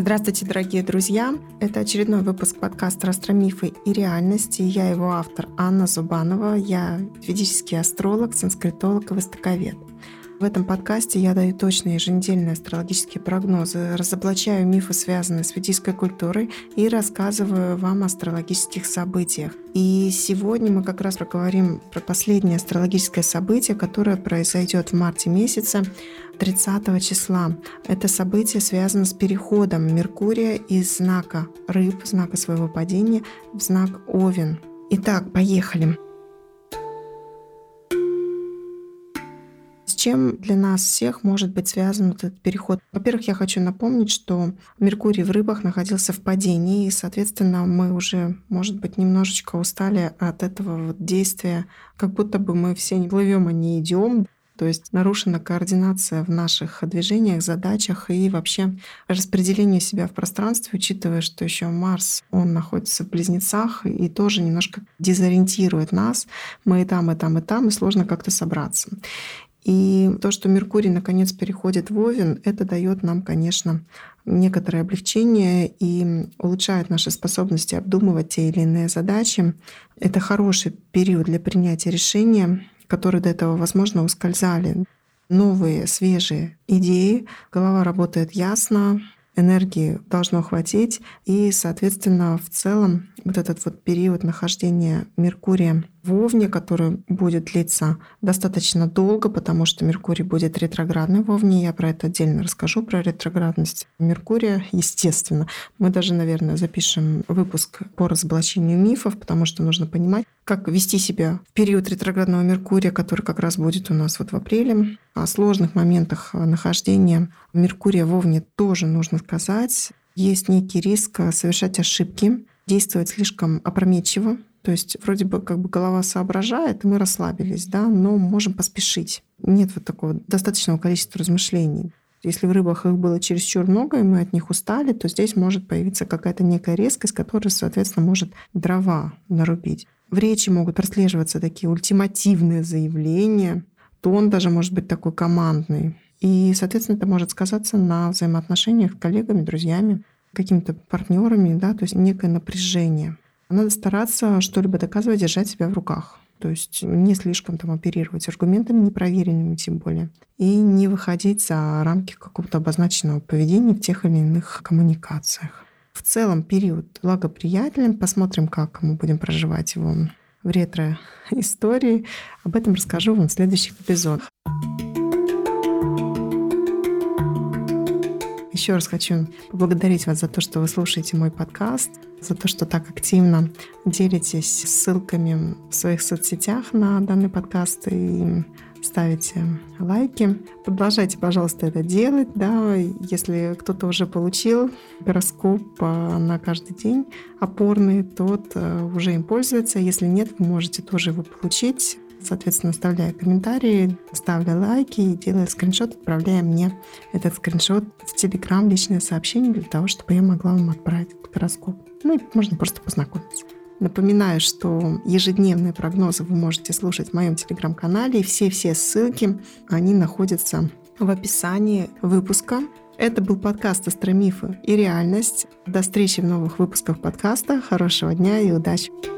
Здравствуйте, дорогие друзья! Это очередной выпуск подкаста «Астромифы и реальности». Я его автор Анна Зубанова. Я ведический астролог, санскритолог и востоковед. В этом подкасте я даю точные еженедельные астрологические прогнозы, разоблачаю мифы, связанные с ведической культурой, и рассказываю вам о астрологических событиях. И сегодня мы как раз поговорим про последнее астрологическое событие, которое произойдет в марте месяце, 30 числа. Это событие связано с переходом Меркурия из знака Рыб, знака своего падения, в знак Овен. Итак, поехали. С чем для нас всех может быть связан этот переход? Во-первых, я хочу напомнить, что Меркурий в Рыбах находился в падении, и, соответственно, мы уже, может быть, немножечко устали от этого действия, как будто бы мы все не плывем, а не идем. То есть нарушена координация в наших движениях, задачах и вообще распределение себя в пространстве, учитывая, что еще Марс, он находится в Близнецах и тоже немножко дезориентирует нас. Мы и там, и там, и там, и сложно как-то собраться. И то, что Меркурий наконец переходит в Овен, это дает нам, конечно, некоторое облегчение и улучшает наши способности обдумывать те или иные задачи. Это хороший период для принятия решения, которые до этого, возможно, ускользали. Новые, свежие идеи, голова работает ясно, энергии должно хватить, и, соответственно, в целом вот этот вот период нахождения Меркурия в Овне, который будет длиться достаточно долго, потому что Меркурий будет ретроградный в Овне. Я про это отдельно расскажу, про ретроградность Меркурия, естественно. Мы даже, наверное, запишем выпуск по разоблачению мифов, потому что нужно понимать, как вести себя в период ретроградного Меркурия, который как раз будет у нас вот в апреле. О сложных моментах нахождения Меркурия в Овне тоже нужно сказать. Есть некий риск совершать ошибки, действовать слишком опрометчиво. То есть вроде бы как бы голова соображает, и мы расслабились, да, но можем поспешить. Нет вот такого достаточного количества размышлений. Если в Рыбах их было чересчур много, и мы от них устали, то здесь может появиться какая-то некая резкость, которая, соответственно, может дрова нарубить. В речи могут прослеживаться такие ультимативные заявления, тон даже может быть такой командный. И, соответственно, это может сказаться на взаимоотношениях с коллегами, друзьями, какими-то партнерами, да, то есть некое напряжение. Надо стараться что-либо доказывать, держать себя в руках. То есть не слишком там оперировать аргументами непроверенными тем более. И не выходить за рамки какого-то обозначенного поведения в тех или иных коммуникациях. В целом период благоприятен. Посмотрим, как мы будем проживать его в ретро-истории. Об этом расскажу вам в следующих эпизодах. Еще раз хочу поблагодарить вас за то, что вы слушаете мой подкаст, за то, что так активно делитесь ссылками в своих соцсетях на данный подкаст и ставите лайки. Продолжайте, пожалуйста, это делать. Да? Если кто-то уже получил гороскоп на каждый день опорный, тот уже им пользуется. Если нет, вы можете тоже его получить. Соответственно, оставляя комментарии, ставля лайки и делая скриншот, отправляя мне этот скриншот в Telegram, личное сообщение, для того, чтобы я могла вам отправить этот гороскоп. Ну и можно просто познакомиться. Напоминаю, что ежедневные прогнозы вы можете слушать в моем Telegram-канале, и все ссылки, они находятся в описании выпуска. Это был подкаст «Астромифы и реальность». До встречи в новых выпусках подкаста. Хорошего дня и удачи!